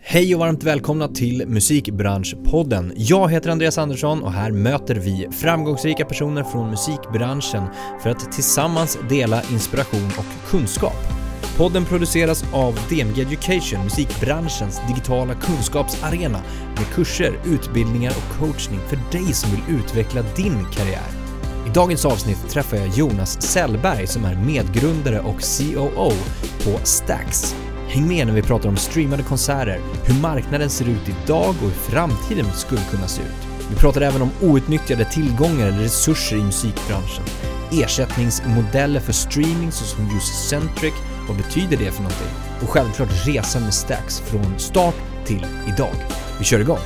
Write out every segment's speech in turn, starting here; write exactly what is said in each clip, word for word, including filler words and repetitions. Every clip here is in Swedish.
Hej och varmt välkomna till Musikbranschpodden. Jag heter Andreas Andersson och här möter vi framgångsrika personer från musikbranschen för att tillsammans dela inspiration och kunskap. Podden produceras av D M G Education, musikbranschens digitala kunskapsarena med kurser, utbildningar och coachning för dig som vill utveckla din karriär. I dagens avsnitt träffar jag Jonas Sellberg som är medgrundare och C O O på Stax. Häng med när vi pratar om streamade konserter, hur marknaden ser ut idag och hur framtiden skulle kunna se ut. Vi pratar även om outnyttjade tillgångar eller resurser i musikbranschen, ersättningsmodeller för streaming såsom user-centric, vad betyder det för någonting? Och självklart resan med Stax från start till idag. Vi kör igång!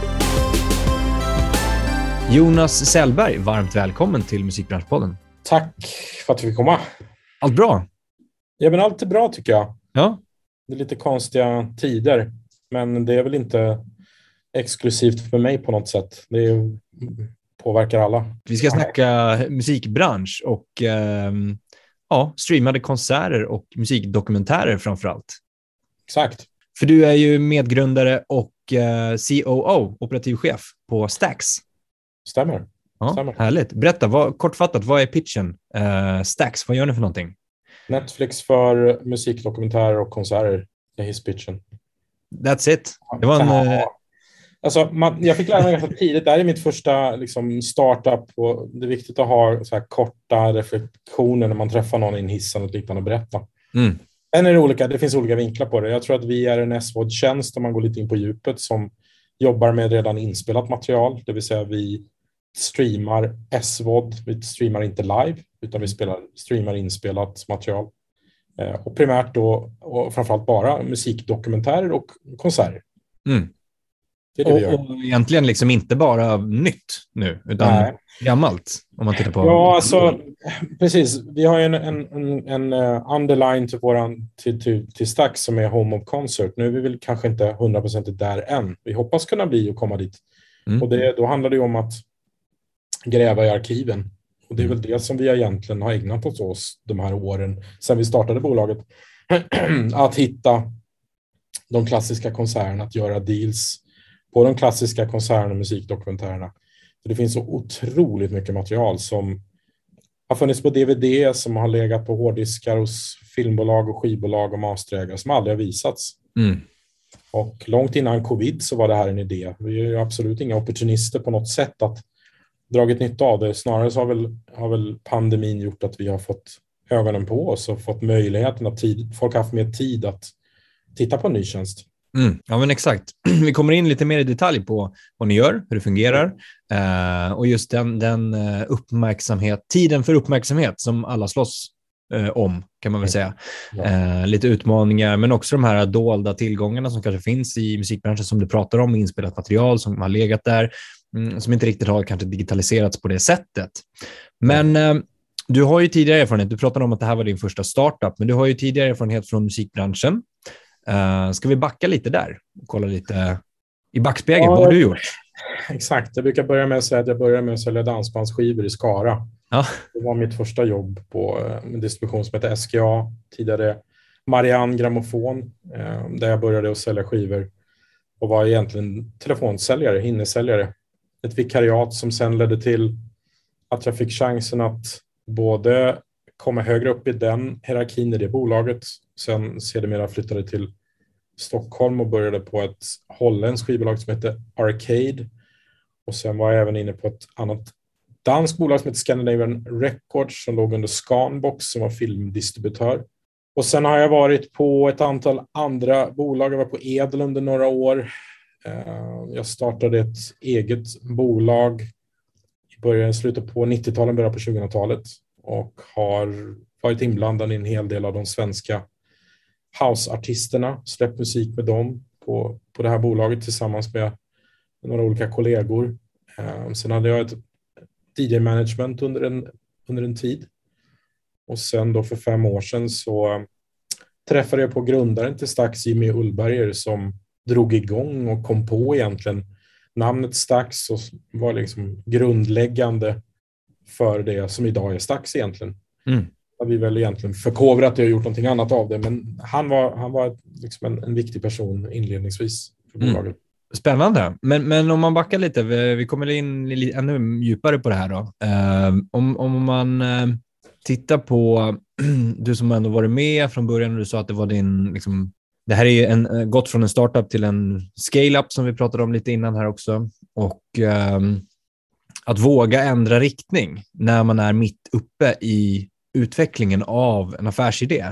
Jonas Sellberg, varmt välkommen till Musikbranschpodden. Tack för att vi fick komma. Allt bra? Ja, men allt är bra tycker jag. Ja. Det är lite konstiga tider, men det är väl inte exklusivt för mig på något sätt. Det är, påverkar alla. Vi ska snacka musikbransch och eh, ja, streamade konserter och musikdokumentärer framförallt. Exakt. För du är ju medgrundare och eh, C O O, operativ chef på Stax. Stämmer. Ja, Stämmer. Härligt. Berätta, vad, kortfattat, vad är pitchen? Uh, Stax, vad gör ni för någonting? Netflix för musikdokumentärer och konserter är hisspitchen. That's it. Det var en... Ja. Uh... Alltså, man, jag fick lära mig ganska tidigt. Det här är mitt första liksom, startup. Och det är viktigt att ha så här, korta reflektioner när man träffar någon i en hiss eller liknande och berätta. Mm. Sen är det, olika, det finns olika vinklar på det. Jag tror att vi är en S V O D-tjänst om man går lite in på djupet som jobbar med redan inspelat material. Det vill säga vi streamar S V O D. Vi streamar inte live utan vi spelar, streamar inspelat material. Eh, och primärt då, och framförallt bara musikdokumentärer och konserter. Mm. Det är det och, vi gör. och egentligen liksom inte bara nytt nu, utan Nej. gammalt. Om man tittar på... Ja, alltså precis. Vi har ju en, en, en, en underline till, våran, till, till, till Stax som är Home of Concert. Nu är vi väl kanske inte hundra procent där än. Vi hoppas kunna bli och komma dit. Mm. Och det, då handlar det ju om att gräva i arkiven. Och det är väl det som vi egentligen har ägnat oss oss de här åren sedan vi startade bolaget. Att hitta de klassiska konserterna, att göra deals på de klassiska konserterna och musikdokumentärerna. För det finns så otroligt mycket material som har funnits på D V D, som har legat på hårddiskar hos filmbolag och skivbolag och masterägare som aldrig har visats. Mm. Och långt innan covid så var det här en idé. Vi är ju absolut inga opportunister på något sätt att dragit nytta av det. Snarare så har väl, har väl pandemin gjort att vi har fått ögonen på oss och fått möjligheten att tid, folk har haft mer tid att titta på en ny tjänst. Mm, ja men exakt. Vi kommer in lite mer i detalj på vad ni gör, hur det fungerar eh, och just den, den uppmärksamhet, tiden för uppmärksamhet som alla slåss eh, om kan man väl säga. Ja. Eh, lite utmaningar men också de här dolda tillgångarna som kanske finns i musikbranschen som du pratar om, inspelat material som har legat där, mm, som inte riktigt har kanske digitaliserats på det sättet. Men eh, du har ju tidigare erfarenhet, du pratade om att det här var din första startup, men du har ju tidigare erfarenhet från musikbranschen. Uh, ska vi backa lite där och kolla lite i backspegeln? Ja, vad har du gjort? Exakt, jag brukar börja med att säga att jag började med att sälja dansbandsskivor i Skara. Ja. Det var mitt första jobb på en distribution som heter S G A, tidigare Marianne Grammofon, uh, där jag började att sälja skivor och var egentligen telefonsäljare, hinnesäljare. Ett vikariat som sen ledde till att jag fick chansen att både komma högre upp i den hierarkin i det bolaget. Sen sedermera flyttade till Stockholm och började på ett holländskt skivbolag som heter Arcade. Och sen var jag även inne på ett annat danskt bolag som heter Scandinavian Records som låg under Scanbox som var filmdistributör. Och sen har jag varit på ett antal andra bolag. Jag var på Edel under några år. Jag startade ett eget bolag i början, slutet på nittiotalet, början på tjugohundratalet. Och har varit inblandad i en hel del av de svenska houseartisterna. Släppt musik med dem på, på det här bolaget tillsammans med några olika kollegor. Um, sen hade jag ett D J-management under en, under en tid. Och sen då för fem år sedan så um, träffade jag på grundaren till Stax, Jimmy Ullberger, som drog igång och kom på egentligen namnet Stax och var liksom grundläggande för det som idag är Stax egentligen. Mm. har vi väl egentligen förkovrat och gjort någonting annat av det. Men han var, han var liksom en, en viktig person inledningsvis för bolaget. Mm. Spännande. Men, men om man backar lite, vi, vi kommer in ännu djupare på det här då. Uh, om, om man uh, tittar på, du som ändå varit med från början och du sa att det var din, liksom, det här är en, gått från en startup till en scale-up som vi pratade om lite innan här också. Och uh, att våga ändra riktning när man är mitt uppe i utvecklingen av en affärsidé.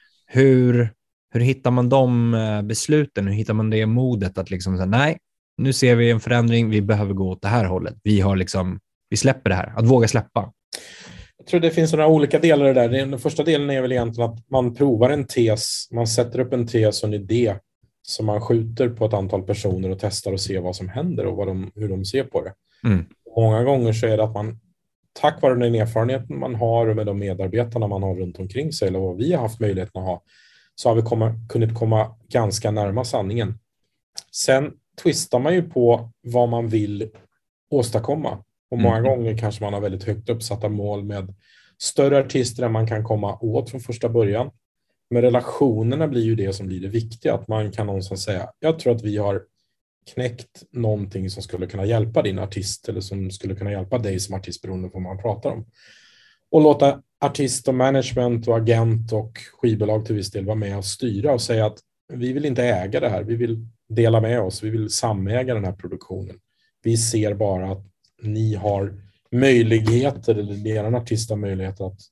Hur, hur hittar man de besluten? Hur hittar man det modet att liksom säga, nej, nu ser vi en förändring, vi behöver gå åt det här hållet. Vi har liksom, vi släpper det här. Att våga släppa. Jag tror det finns några olika delar i det där. Den första delen är väl egentligen att man provar en tes, man sätter upp en tes och en idé som man skjuter på ett antal personer och testar och ser vad som händer och vad de, hur de ser på det. Mm. Många gånger så är det att man tack vare den erfarenheten man har och med de medarbetarna man har runt omkring sig eller vad vi har haft möjligheten att ha, så har vi komma, kunnat komma ganska närma sanningen. Sen twistar man ju på vad man vill åstadkomma. Och många mm. gånger kanske man har väldigt högt uppsatta mål med större artister än man kan komma åt från första början. Men relationerna blir ju det som blir det viktiga. Att man kan någonstans säga, jag tror att vi har knäckt någonting som skulle kunna hjälpa din artist eller som skulle kunna hjälpa dig som artist beroende på vad man pratar om. Och låta artist och management och agent och skivbolag till viss del vara med och styra och säga att vi vill inte äga det här. Vi vill dela med oss. Vi vill samäga den här produktionen. Vi ser bara att ni har möjligheter eller er artist har möjligheter att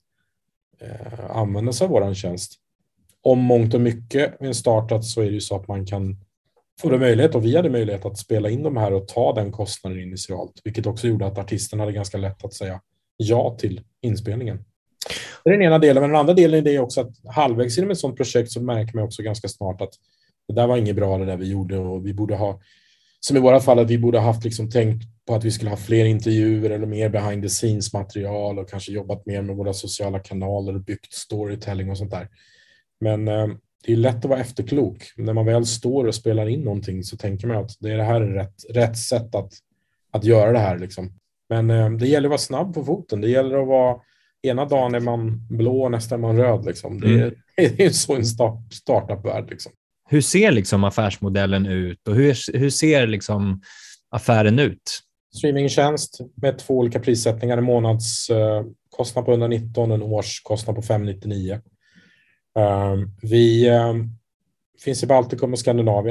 eh, använda sig av våran tjänst. Om mångt och mycket med en startup så är det ju så att man kan få det möjlighet och vi hade möjlighet att spela in de här och ta den kostnaden initialt. Vilket också gjorde att artisten hade ganska lätt att säga ja till inspelningen. Det är den ena delen, men den andra delen är det också att halvvägs inom ett sådant projekt så märker man också ganska snart att det där var inget bra det där vi gjorde och vi borde ha, som i våra fall att vi borde ha haft liksom tänkt på att vi skulle ha fler intervjuer eller mer behind the scenes material och kanske jobbat mer med våra sociala kanaler och byggt storytelling och sånt där. Men eh, det är lätt att vara efterklok. När man väl står och spelar in någonting så tänker man att det är det här är rätt, rätt sätt att, att göra det här liksom. Men eh, det gäller att vara snabb på foten. Det gäller att vara, ena dagen är man blå och nästa är man röd liksom. Det är, mm. det är så en start, startup-värld liksom. Hur ser liksom affärsmodellen ut och hur, hur ser liksom affären ut? Streamingtjänst med två olika prissättningar. En månads eh, kostnad på etthundranitton, en årskostnad på femhundranittionio. Uh, vi uh, finns i Baltikum och Skandinavien.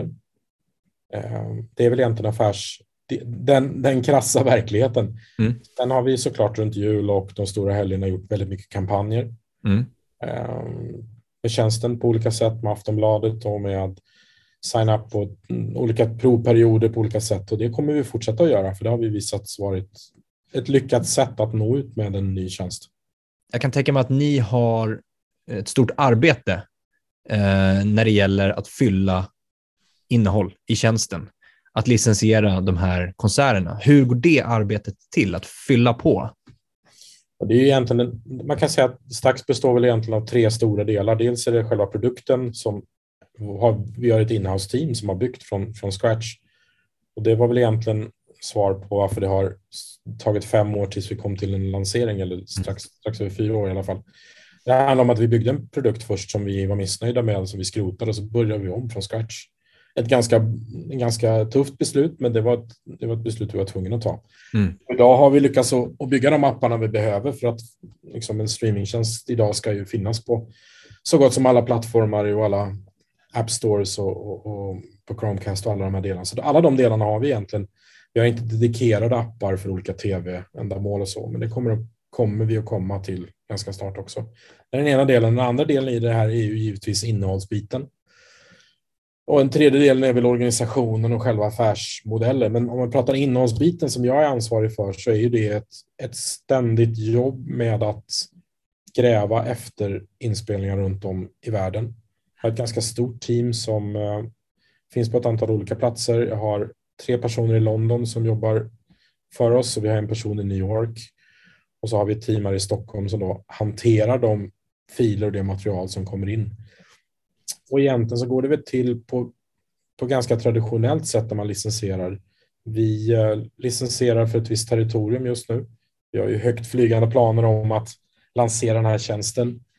Uh, det är väl egentligen affärs... Den, den krassa verkligheten. Mm. Den har vi såklart runt jul och de stora helgerna gjort väldigt mycket kampanjer. Mm. Uh, med tjänsten på olika sätt med Aftonbladet och med sign up på olika provperioder på olika sätt. Och det kommer vi fortsätta att göra för det har vi visat varit ett lyckat sätt att nå ut med en ny tjänst. Jag kan tänka mig att ni har ett stort arbete eh, när det gäller att fylla innehåll i tjänsten. Att licensiera de här konserterna. Hur går det arbetet till att fylla på? Och det är ju egentligen, en, man kan säga att Stax består väl egentligen av tre stora delar. Dels är det själva produkten som har, vi har ett in-house-team som har byggt från, från scratch. Och det var väl egentligen svar på varför det har tagit fem år tills vi kom till en lansering eller strax, strax över fyra år i alla fall. Det handlar om att vi byggde en produkt först som vi var missnöjda med, som vi skrotade och så började vi om från scratch. Ett ganska, en ganska tufft beslut, men det var ett, det var ett beslut vi var tvungna att ta. Mm. Idag har vi lyckats att, att bygga de apparna vi behöver för att liksom en streamingtjänst idag ska ju finnas på så gott som alla plattformar och alla app stores och, och, och på Chromecast och alla de här delarna. Så alla de delarna har vi egentligen. Vi har inte dedikerade appar för olika tv-ändamål och så, men det kommer, kommer vi att komma till ganska snart också. Det är den ena delen. Den andra delen i det här är ju givetvis innehållsbiten. Och en tredje delen är väl organisationen och själva affärsmodellen. Men om man pratar innehållsbiten som jag är ansvarig för så är ju det ett, ett ständigt jobb med att gräva efter inspelningar runt om i världen. Jag har ett ganska stort team som uh, finns på ett antal olika platser. Jag har tre personer i London som jobbar för oss och vi har en person i New York. Och så har vi ett team här i Stockholm som då hanterar de filer och det material som kommer in. Och egentligen så går det väl till på, på ganska traditionellt sätt när man licensierar. Vi eh, licensierar för ett visst territorium just nu. Vi har ju högt flygande planer om att lansera den här tjänsten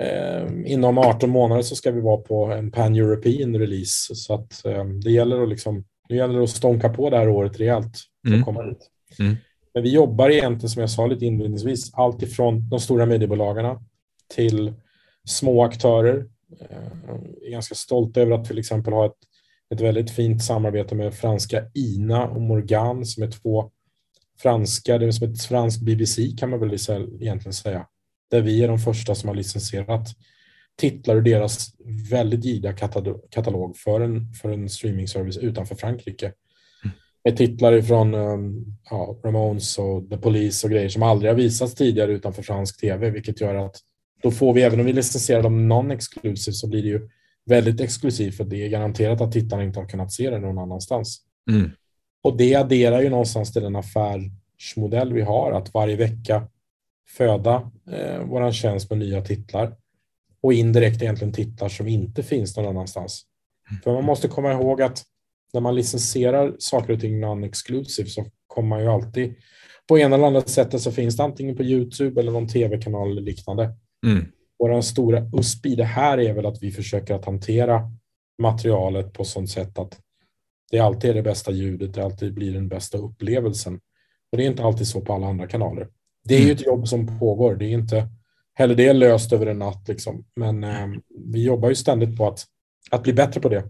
eh, inom arton månader så ska vi vara på en pan-European release. Så att eh, det gäller att liksom, det gäller att stånka på det här året rejält för att Mm. komma dit. Mm. Men vi jobbar egentligen, som jag sa lite inledningsvis, allt ifrån de stora mediebolagarna till små aktörer. Jag är ganska stolt över att till exempel ha ett, ett väldigt fint samarbete med franska Ina och Morgan som är två franska, det är som ett franskt B B C kan man väl egentligen säga. Där vi är de första som har licensierat titlar ur deras väldigt gida katalog för en, för en streamingservice utanför Frankrike. Mm. Med titlar från um, ja, Ramones och The Police och grejer som aldrig har visats tidigare utanför fransk tv, vilket gör att då får vi, även om vi licensierar dem non-exclusive, så blir det ju väldigt exklusivt, för det är garanterat att tittarna inte har kunnat se det någon annanstans. Mm. Och det adderar ju någonstans till den affärsmodell vi har, att varje vecka föda eh, våran tjänst med nya titlar och indirekt egentligen titlar som inte finns någon annanstans. Mm. För man måste komma ihåg att när man licensierar saker och ting non-exclusive så kommer man ju alltid på ena eller andra sättet, så finns det antingen på YouTube eller någon tv-kanal eller liknande. Mm. Och den stora U S P i det här är väl att vi försöker att hantera materialet på sånt sätt att det alltid är det bästa ljudet, det alltid blir den bästa upplevelsen. Och det är inte alltid så på alla andra kanaler. Det är mm. ju ett jobb som pågår, det är inte heller det är löst över en natt liksom. Men eh, vi jobbar ju ständigt på att, att bli bättre på det.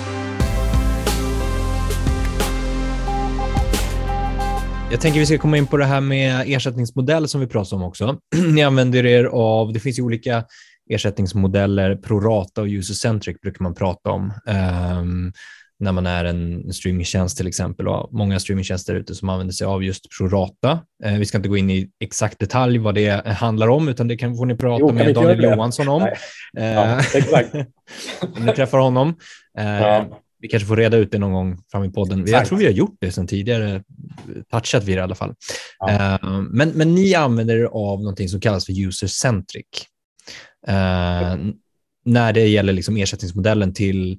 Jag tänker vi ska komma in på det här med ersättningsmodell som vi pratar om också. Ni använder er av, det finns ju olika ersättningsmodeller, prorata och user-centric brukar man prata om. Um, när man är en streamingtjänst till exempel, och många streamingtjänster ute som använder sig av just prorata. Uh, vi ska inte gå in i exakt detalj vad det handlar om, utan det kan får ni prata jo, med Daniel Johansson om. Uh, ja, exakt. Om ni träffar honom. Uh, ja. Vi kanske får reda ut det någon gång fram i podden. Jag tror vi har gjort det sedan tidigare. Touchat vi det i alla fall. Ja. Uh, men, men ni använder er av någonting som kallas för user-centric. Uh, när det gäller liksom ersättningsmodellen till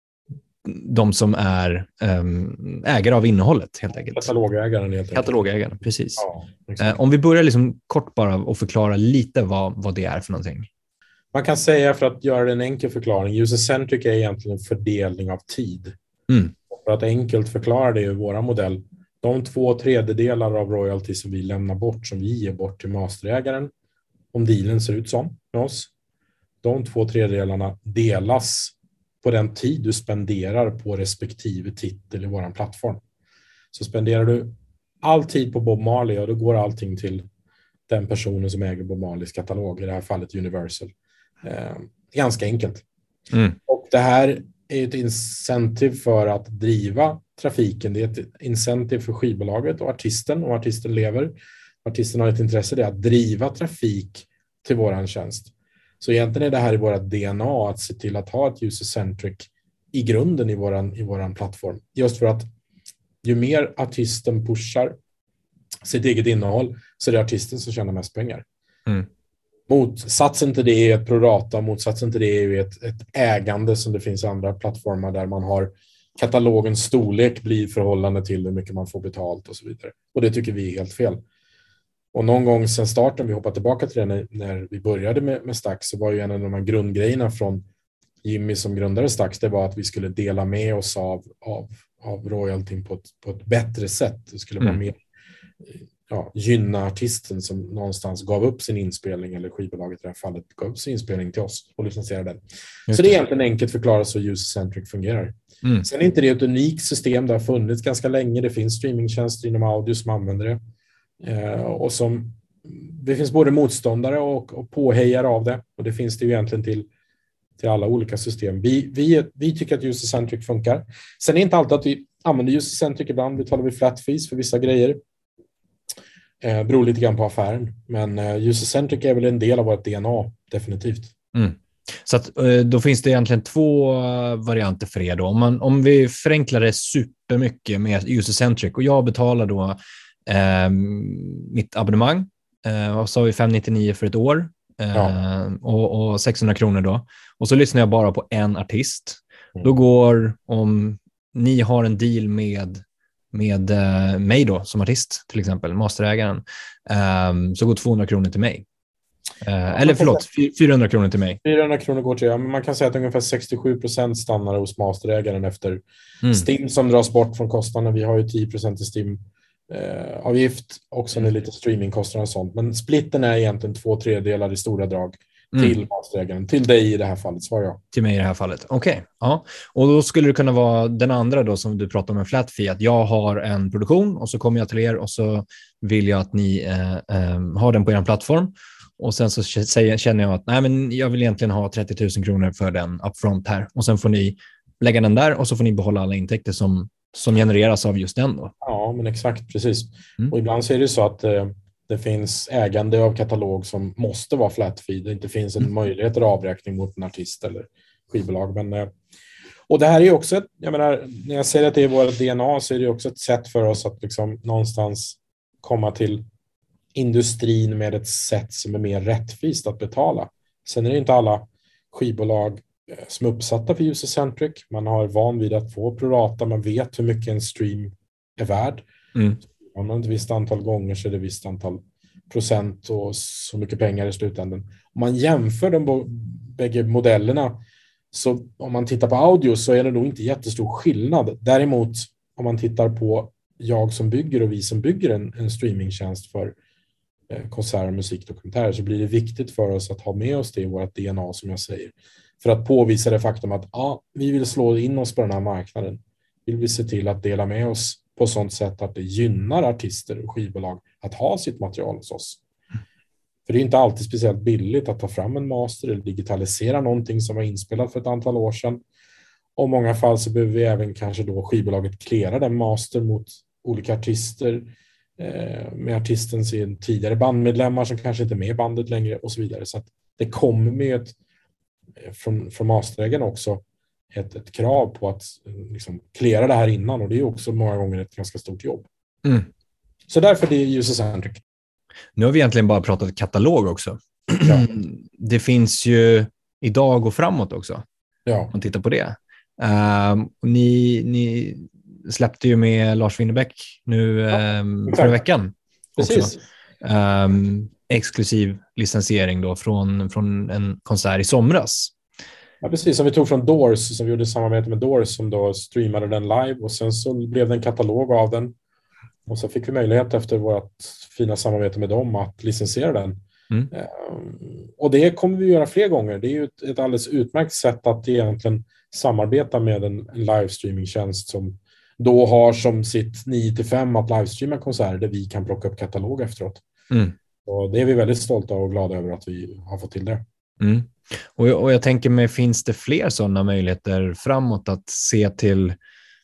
de som är um, ägare av innehållet helt enkelt. Katalogägaren helt enkelt. Katalogägaren, precis. Ja, uh, om vi börjar liksom kort bara och förklara lite vad, vad det är för någonting. Man kan säga, för att göra en enkel förklaring, user-centric är egentligen en fördelning av tid. Mm. För att enkelt förklara det i våra modell, de två tredjedelar av royalty som vi lämnar bort, som vi ger bort till masterägaren, om dealen ser ut som med oss, de två tredjedelarna delas på den tid du spenderar på respektive titel i våran plattform. Så spenderar du all tid på Bob Marley, och då går allting till den personen som äger Bob Marleys katalog, i det här fallet Universal. Eh, ganska enkelt. Mm. Och det här är ett incentive för att driva trafiken. Det är ett incentive för skivbolaget och artisten, och artisten lever. Artisten har ett intresse det att driva trafik till våran tjänst. Så egentligen är det här i våra D N A att se till att ha ett user-centric i grunden i våran, i våran plattform. Just för att ju mer artisten pushar sitt eget innehåll, så är det artisten som tjänar mest pengar. Mm. Motsatsen till det är ett prorata, motsatsen till det är ju ett, ett ägande som det finns andra plattformar där man har katalogens storlek blir förhållande till hur mycket man får betalt och så vidare. Och det tycker vi är helt fel. Och någon gång sedan starten, vi hoppar tillbaka till det när, när vi började med, med Stax, så var ju en av de här grundgrejerna från Jimmy som grundade Stax, det var att vi skulle dela med oss av, av, av royalty på ett, på ett bättre sätt. Det skulle mm. vara mer ja, gynna artisten som någonstans gav upp sin inspelning, eller skivbolaget i det här fallet gav upp sin inspelning till oss och licensierade den. Just så det är egentligen enkelt förklarat så user-centric fungerar. Mm. Sen är inte det ett unikt system, det har funnits ganska länge, det finns streamingtjänster inom audio som använder det. Eh, och som, det finns både motståndare och, och påhejare av det, och det finns det ju egentligen till, till alla olika system. Vi, vi, vi tycker att user-centric funkar. Sen är inte alltid att vi använder user-centric, ibland betalar vi flat fees för vissa grejer. Eh, beror lite grann på affären, men eh, user-centric är väl en del av vårt D N A, definitivt. Mm. Så att, då finns det egentligen två varianter för er då. Om, man, om vi förenklar det supermycket med user-centric, och jag betalar då eh, mitt abonnemang, eh, och så har vi femhundranittionio för ett år eh, ja. och, och sexhundra kronor då. Och så lyssnar jag bara på en artist. Mm. Då går, om ni har en deal med med uh, mig då som artist, till exempel masterägaren, um, så går tvåhundra kronor till mig. Eh, eller förlåt, fyrahundra kronor till mig. fyrahundra kronor går till, ja, men man kan säga att ungefär sextiosju procent stannar hos masterägaren efter mm. STIM som dras bort från kostnaden. Vi har ju tio procent i STIM-avgift eh, och sen är lite streamingkostnader och sånt. Men splitten är egentligen två tredjedelar i stora drag mm. till masterägaren. Till dig i det här fallet, svarar jag. Till mig i det här fallet, okej. Okay. Ja. Och då skulle det kunna vara den andra då som du pratar om en flat fee. Att jag har en produktion och så kommer jag till er och så vill jag att ni eh, eh, har den på er plattform. Och sen så säger, känner jag att nej, men jag vill egentligen ha trettio tusen kronor för den upfront här. Och sen får ni lägga den där och så får ni behålla alla intäkter som, som genereras av just den då. Ja, men exakt, precis. Mm. Och ibland så är det så att eh, det finns ägande av katalog som måste vara flat fee. Det inte finns en mm. möjlighet till avräkning mot en artist eller skivbolag. Men, eh, och det här är också, ett, jag menar, när jag säger att det är vårt D N A så är det också ett sätt för oss att liksom någonstans komma till industrin med ett sätt som är mer rättvist att betala. Sen är det inte alla skivbolag som är uppsatta för user-centric. Man har van vid att få prorata, man vet hur mycket en stream är värd. Mm. Om man ett visst antal gånger så är det ett visst antal procent och så mycket pengar i slutändan. Om man jämför de bägge modellerna, så om man tittar på audio så är det nog inte jättestor skillnad. Däremot om man tittar på jag som bygger och vi som bygger en, en streamingtjänst för konserter, musik, dokumentärer, så blir det viktigt för oss att ha med oss det i vårt D N A, som jag säger. För att påvisa det faktum att ja, vi vill slå in oss på den här marknaden. Vill vi se till att dela med oss på sånt sätt att det gynnar artister och skivbolag att ha sitt material hos oss. För det är inte alltid speciellt billigt att ta fram en master eller digitalisera någonting som var inspelat för ett antal år sedan. Och i många fall så behöver vi även kanske då skivbolaget klära den master mot olika artister, med artisten sin tidigare bandmedlemmar som kanske inte är med i bandet längre och så vidare. Så att det kommer med ett, från, från masterägaren också ett, ett krav på att liksom klära det här innan, och det är också många gånger ett ganska stort jobb. Mm. Så därför det är user-centric. Nu har vi egentligen bara pratat katalog också. Ja. Det finns ju idag och framåt också. Ja. Om man tittar på det. Uh, ni... ni släppte ju med Lars Winnerbäck nu ja, um, förra veckan. Precis. Um, exklusiv licensiering då från, från en konsert i somras. Ja, precis. Som vi tog från Doors, som vi gjorde samarbete med Doors, som då streamade den live, och sen så blev det en katalog av den. Och så fick vi möjlighet efter vårt fina samarbete med dem att licensiera den. Mm. Um, och det kommer vi göra fler gånger. Det är ju ett, ett alldeles utmärkt sätt att egentligen samarbeta med en, en livestreamingtjänst som då har som sitt nio till fem att livestreama konserter där vi kan plocka upp katalog efteråt. Mm. Och det är vi väldigt stolta och glada över att vi har fått till det. Mm. Och, jag, och jag tänker mig, finns det fler sådana möjligheter framåt att se till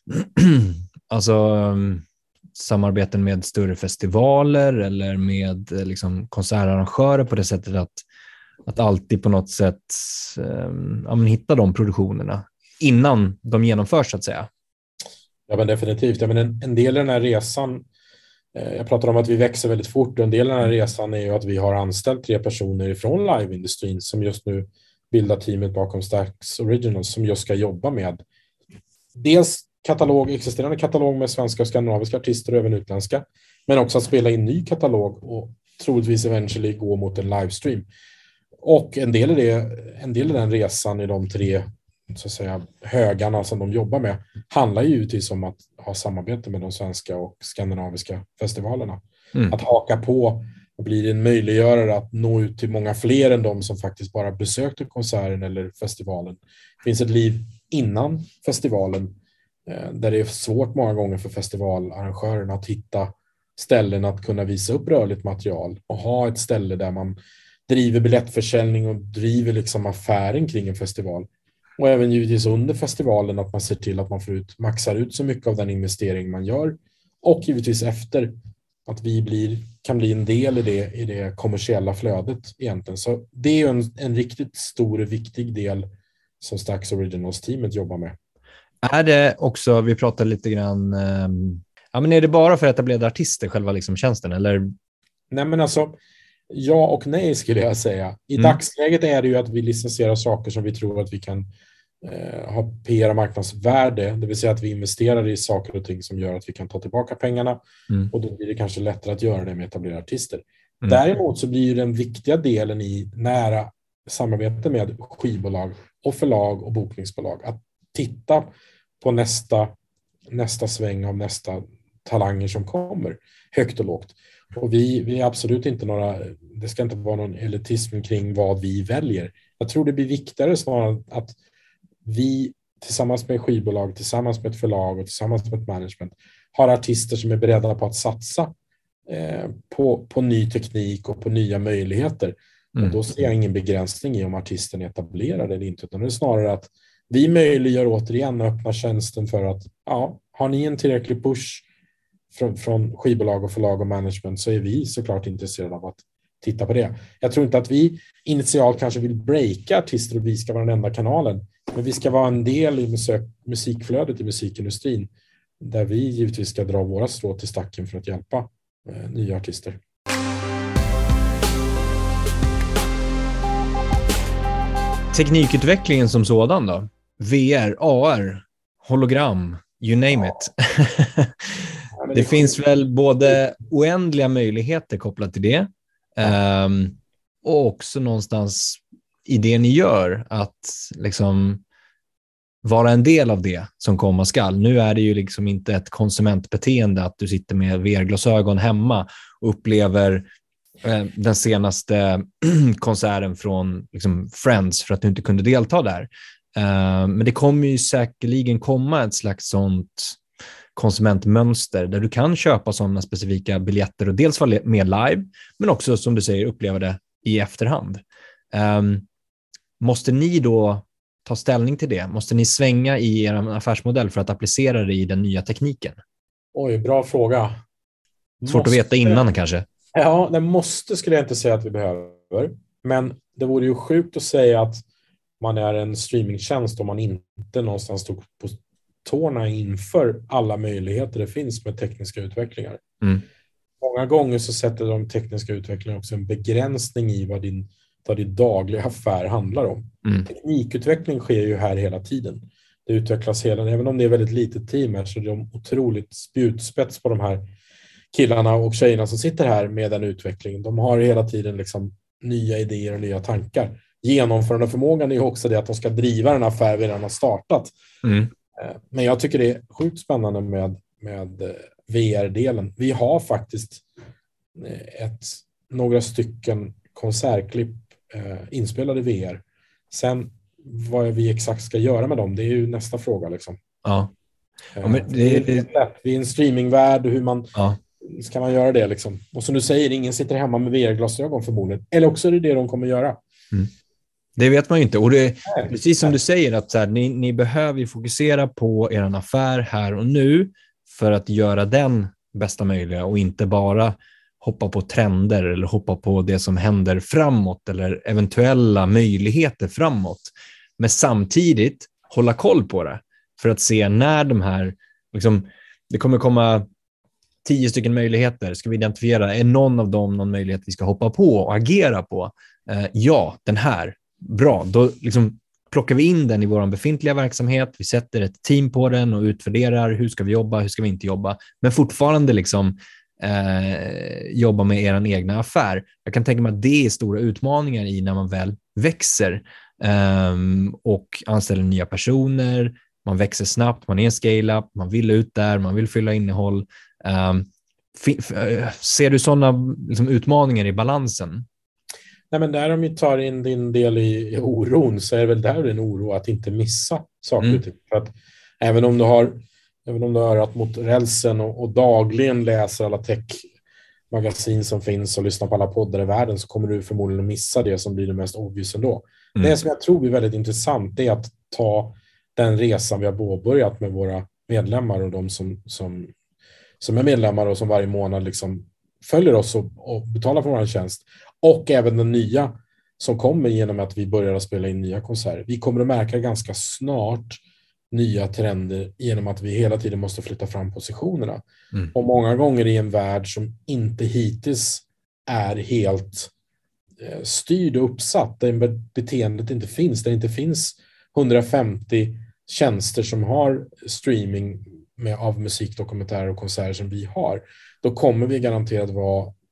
alltså um, samarbeten med större festivaler eller med liksom, konsertarrangörer på det sättet att, att alltid på något sätt um, ja, men hitta de produktionerna innan de genomförs så att säga? Ja, men definitivt. Ja, men en, en del av den här resan, eh, jag pratar om att vi växer väldigt fort, och en del av den här resan är ju att vi har anställt tre personer från liveindustrin som just nu bildar teamet bakom Stax Originals, som just ska jobba med dels katalog, existerande katalog med svenska och skandinaviska artister och även utländska, men också att spela in ny katalog och troligtvis eventually gå mot en livestream. Och en del av det, en del av den resan i de tre så att säga högarna som de jobbar med handlar ju givetvis om att ha samarbete med de svenska och skandinaviska festivalerna. Mm. Att haka på och bli en möjliggörare att nå ut till många fler än de som faktiskt bara besökte konserten eller festivalen. Det finns ett liv innan festivalen eh, där det är svårt många gånger för festivalarrangörerna att hitta ställen att kunna visa upp rörligt material och ha ett ställe där man driver biljettförsäljning och driver liksom affären kring en festival. Och även givetvis under festivalen att man ser till att man får ut, maxar ut så mycket av den investering man gör. Och givetvis efter att vi blir, kan bli en del i det, i det kommersiella flödet egentligen. Så det är ju en, en riktigt stor och viktig del som Stax Originals-teamet jobbar med. Är det också, vi pratar lite grann, um, ja men är det bara för etablerade artister själva liksom tjänsten eller? Nej men alltså, ja och nej skulle jag säga. I mm. dagsläget är det ju att vi licensierar saker som vi tror att vi kan eh, ha P R och marknadsvärde. Det vill säga att vi investerar i saker och ting som gör att vi kan ta tillbaka pengarna. Mm. Och då blir det kanske lättare att göra det med etablerade artister. Mm. Däremot så blir ju den viktiga delen i nära samarbete med skivbolag och förlag och bokningsbolag att titta på nästa, nästa sväng av nästa talanger som kommer, högt och lågt. Och vi, vi är absolut inte några, det ska inte vara någon elitism kring vad vi väljer. Jag tror det blir viktigare snarare att vi tillsammans med skivbolag, tillsammans med ett förlag och tillsammans med ett management har artister som är beredda på att satsa eh, på, på ny teknik och på nya möjligheter. Mm. Och då ser jag ingen begränsning i om artisten är etablerad eller inte, utan det är snarare att vi möjliggör återigen att öppna tjänsten för att ja, har ni en tillräcklig push från, från skivbolag och förlag och management så är vi såklart intresserade av att titta på det. Jag tror inte att vi initialt kanske vill breaka artister och vi ska vara den enda kanalen, men vi ska vara en del i musik, musikflödet i musikindustrin där vi givetvis ska dra våra strå till stacken för att hjälpa eh, nya artister. Teknikutvecklingen som sådan då? V R, A R, hologram, you name ja. it. Ja, det, det finns väl både oändliga möjligheter kopplat till det ja. um, och också någonstans i det ni gör att liksom vara en del av det som komma skall. Nu är det ju liksom inte ett konsumentbeteende att du sitter med V R-glasögon hemma och upplever eh, den senaste konserten från liksom Friends för att du inte kunde delta där. Uh, men det kommer ju säkerligen komma ett slags sånt konsumentmönster där du kan köpa sådana specifika biljetter och dels vara med live men också som du säger uppleva det i efterhand. Um, måste ni då ta ställning till det? Måste ni svänga i er affärsmodell för att applicera det i den nya tekniken? Oj, bra fråga. Svårt måste, att veta innan kanske. Ja, det måste skulle jag inte säga att vi behöver. Men det vore ju sjukt att säga att man är en streamingtjänst om man inte någonstans stod på tårna inför alla möjligheter det finns med tekniska utvecklingar. Mm. Många gånger så sätter de tekniska utvecklingarna också en begränsning i vad din, vad din dagliga affär handlar om. Mm. Teknikutveckling sker ju här hela tiden. Det utvecklas hela, även om det är väldigt litet team här så är det otroligt spjutspets på de här killarna och tjejerna som sitter här med den utvecklingen. De har hela tiden liksom nya idéer och nya tankar. Genomförande förmågan är ju också det att de ska driva en affär vi redan har startat. Mm. Men jag tycker det är sjukt spännande med, med V R-delen. Vi har faktiskt ett, några stycken konsertklipp eh, inspelade V R. Sen vad vi exakt ska göra med dem, det är ju nästa fråga. Liksom. Ja. Ja, men det är det... lätt. Vi är en streamingvärld och hur man ja. ska man göra det liksom. Och som du säger, ingen sitter hemma med V R-glasögon förmodligen. Eller också är det det de kommer göra. Mm. Det vet man ju inte. Och det är precis som du säger att så här, ni, ni behöver ju fokusera på er affär här och nu för att göra den bästa möjliga och inte bara hoppa på trender eller hoppa på det som händer framåt eller eventuella möjligheter framåt. Men samtidigt hålla koll på det för att se när de här liksom, det kommer komma tio stycken möjligheter. Ska vi identifiera, är någon av dem någon möjlighet vi ska hoppa på och agera på? Eh, ja, den här. Bra, då liksom plockar vi in den i vår befintliga verksamhet. Vi sätter ett team på den och utvärderar hur ska vi jobba, hur ska vi inte jobba. Men fortfarande liksom eh, jobba med er egna affär. Jag kan tänka mig att det är stora utmaningar i när man väl växer eh, och anställer nya personer. Man växer snabbt, man är en scale-up, man vill ut där, man vill fylla innehåll. Eh, f- f- ser du sådana liksom, utmaningar i balansen? Nej, men där om vi tar in din del i, i oron så är det väl där en oro att inte missa saker mm. för att även om du har även om du har örat mot rälsen och, och dagligen läser alla tech-magasin som finns och lyssnar på alla poddar i världen så kommer du förmodligen missa det som blir det mest obvious ändå. Mm. Det som jag tror är väldigt intressant det är att ta den resan vi har påbörjat med våra medlemmar och de som, som, som är medlemmar och som varje månad liksom följer oss och, och betalar för vår tjänst. Och även den nya som kommer genom att vi börjar att spela in nya konserter. Vi kommer att märka ganska snart nya trender genom att vi hela tiden måste flytta fram positionerna. Mm. Och många gånger i en värld som inte hittills är helt eh, styrd och uppsatt. Där beteendet inte finns. Där det inte finns hundrafemtio tjänster som har streaming med, av musikdokumentärer och konserter som vi har. Då kommer vi garanterat vara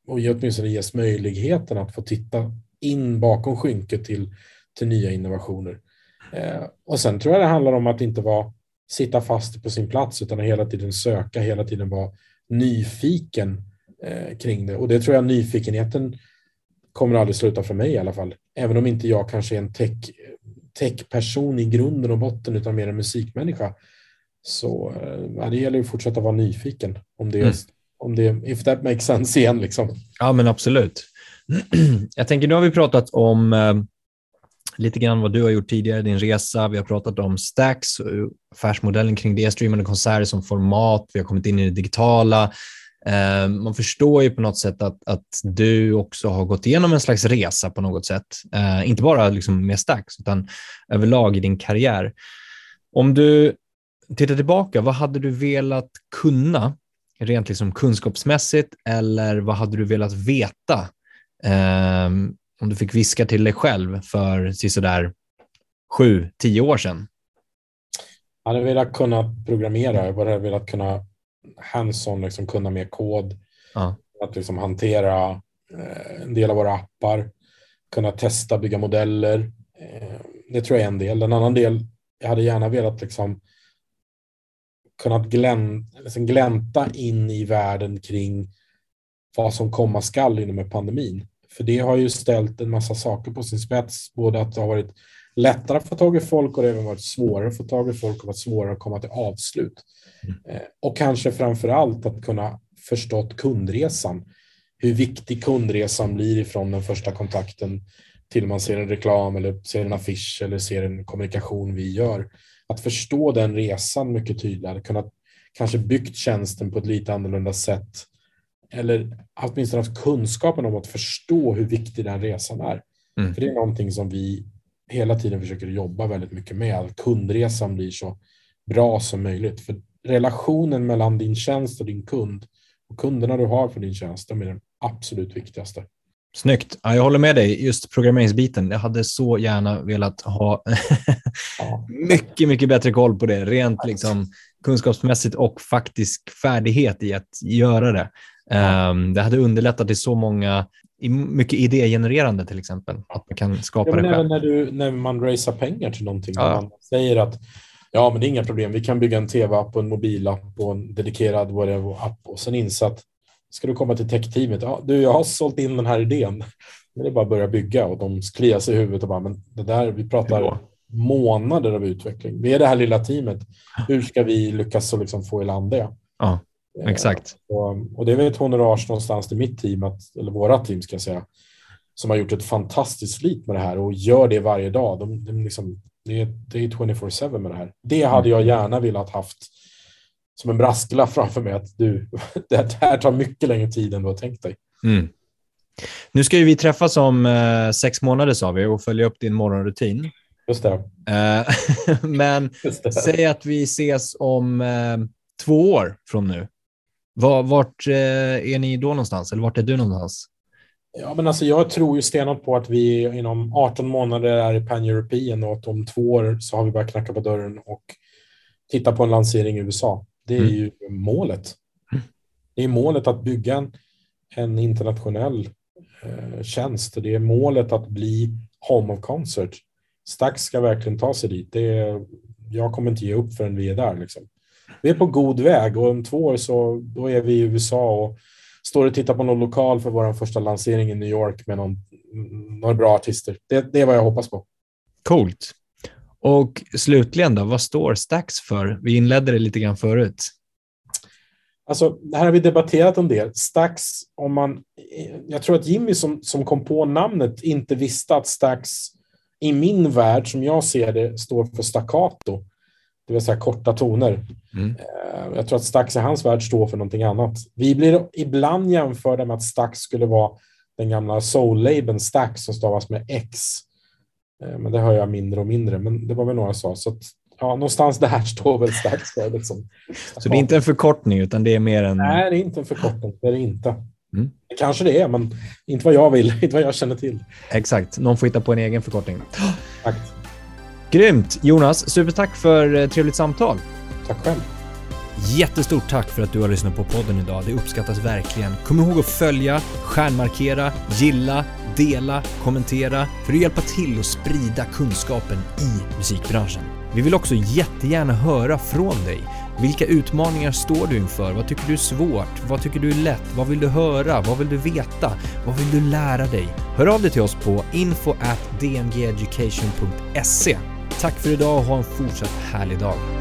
och åtminstone ges möjligheten att få titta in bakom skynket till, till nya innovationer. Eh, och sen tror jag det handlar om att inte vara, sitta fast på sin plats utan att hela tiden söka, hela tiden vara nyfiken eh, kring det. Och det tror jag nyfikenheten kommer aldrig sluta för mig i alla fall. Även om inte jag kanske är en tech, tech-person i grunden och botten utan mer en musikmänniska. Så ja, det gäller ju att fortsätta vara nyfiken. Om det, mm. om det, if that makes sense igen liksom. Ja, men absolut. Jag tänker, nu har vi pratat om eh, lite grann vad du har gjort tidigare, din resa. Vi har pratat om Stax och affärsmodellen kring det, streamande konserter som format. Vi har kommit in i det digitala. Eh, man förstår ju på något sätt att, att du också har gått igenom en slags resa på något sätt. Eh, inte bara liksom med Stax utan överlag i din karriär. Om du tittar tillbaka, vad hade du velat kunna rent liksom kunskapsmässigt, eller vad hade du velat veta eh, om du fick viska till dig själv för sådär sju, tio år sedan? Jag hade velat kunna programmera, jag hade velat kunna hands-on liksom kunna mer kod, ja. Att liksom hantera eh, en del av våra appar, kunna testa, bygga modeller. Eh, det tror jag är en del. En annan del, jag hade gärna velat liksom kunnat glän, liksom glänta in i världen kring vad som komma skall inom en pandemin. För det har ju ställt en massa saker på sin spets. Både att det har varit lättare att få tag i folk och det har varit svårare att få tag i folk och varit svårare att komma till avslut. Mm. Och kanske framförallt att kunna förstått kundresan. Hur viktig kundresan blir ifrån den första kontakten till man ser en reklam eller ser en affisch eller ser en kommunikation vi gör. Att förstå den resan mycket tydligare, kunna kanske byggt tjänsten på ett lite annorlunda sätt eller åtminstone haft kunskapen om att förstå hur viktig den resan är. Mm. För det är någonting som vi hela tiden försöker jobba väldigt mycket med, att kundresan blir så bra som möjligt. För relationen mellan din tjänst och din kund och kunderna du har för din tjänst, de är den absolut viktigaste. Snyggt. Ja, jag håller med dig. Just programmeringsbiten. Jag hade så gärna velat ha ja. mycket, mycket bättre koll på det. Rent liksom, kunskapsmässigt och faktisk färdighet i att göra det. Ja. Um, det hade underlättat till så många, mycket idégenererande till exempel. Att man kan skapa ja, det själv. När, du, när man raisar pengar till någonting. Ja. Man säger att ja, men det är inga problem. Vi kan bygga en tv-app och en mobilapp och en dedikerad whatever-app. Och sen insatt ska du komma till tech-teamet? Ja, du, jag har sålt in den här idén. Det är bara att börja bygga och de kliar sig i huvudet och bara, men det där, vi pratar månader av utveckling. Vi är det här lilla teamet. Hur ska vi lyckas så liksom få i land det? Ja, exakt. Och, och det är väl ett honorage någonstans till mitt team, att, eller våra team ska jag säga, som har gjort ett fantastiskt slit med det här och gör det varje dag. De, de liksom, det är, det är tjugofyra sju med det här. Det hade jag gärna velat haft som en brasklapp framför mig, att du, det här tar mycket längre tid än du har tänkt dig. Mm. Nu ska ju vi träffas om eh, sex månader sa vi och följa upp din morgonrutin. Just det. Eh, men Just det. Säg att vi ses om eh, två år från nu. Var, vart eh, är ni då någonstans? Eller vart är du någonstans? Ja, men alltså jag tror ju stenat på att vi inom arton månader är i Pan-European och att om två år så har vi börjat knacka på dörren och titta på en lansering i U S A. Det är mm. ju målet. Mm. Det är målet att bygga en, en internationell eh, tjänst. Det är målet att bli home of concert. Stax ska verkligen ta sig dit. Det är, jag kommer inte ge upp förrän vi är där. Liksom. Vi är på god väg och om två år så då är vi i U S A och står och tittar på någon lokal för vår första lansering i New York med någon, några bra artister. Det, det är vad jag hoppas på. Coolt. Och slutligen då, vad står Stax för? Vi inledde det lite grann förut. Alltså, det här har vi debatterat en del. Stax, om man, jag tror att Jimmy som, som kom på namnet inte visste att Stax i min värld, som jag ser det, står för staccato. Det vill säga korta toner. Mm. Jag tror att Stax i hans värld står för någonting annat. Vi blir ibland jämförda med att Stax skulle vara den gamla soul-labeln Stax som stavas med X. Men det hör jag mindre och mindre. Men det var väl några sa. Så att, ja, någonstans där står väl Stax för. Liksom. Så det är inte en förkortning utan det är mer en... Nej, det är inte en förkortning. Det är det inte. Mm. Kanske det är, men inte vad jag vill. Inte vad jag känner till. Exakt. Någon får hitta på en egen förkortning. Tack. Grymt. Jonas, supertack för trevligt samtal. Tack själv. Jättestort tack för att du har lyssnat på podden idag. Det uppskattas verkligen. Kom ihåg att följa, stjärnmarkera, gilla, dela, kommentera för att hjälpa till att sprida kunskapen i musikbranschen. Vi vill också jättegärna höra från dig. Vilka utmaningar står du inför? Vad tycker du är svårt? Vad tycker du är lätt? Vad vill du höra? Vad vill du veta? Vad vill du lära dig? Hör av dig till oss på info at d m g education punkt se. Tack för idag och ha en fortsatt härlig dag.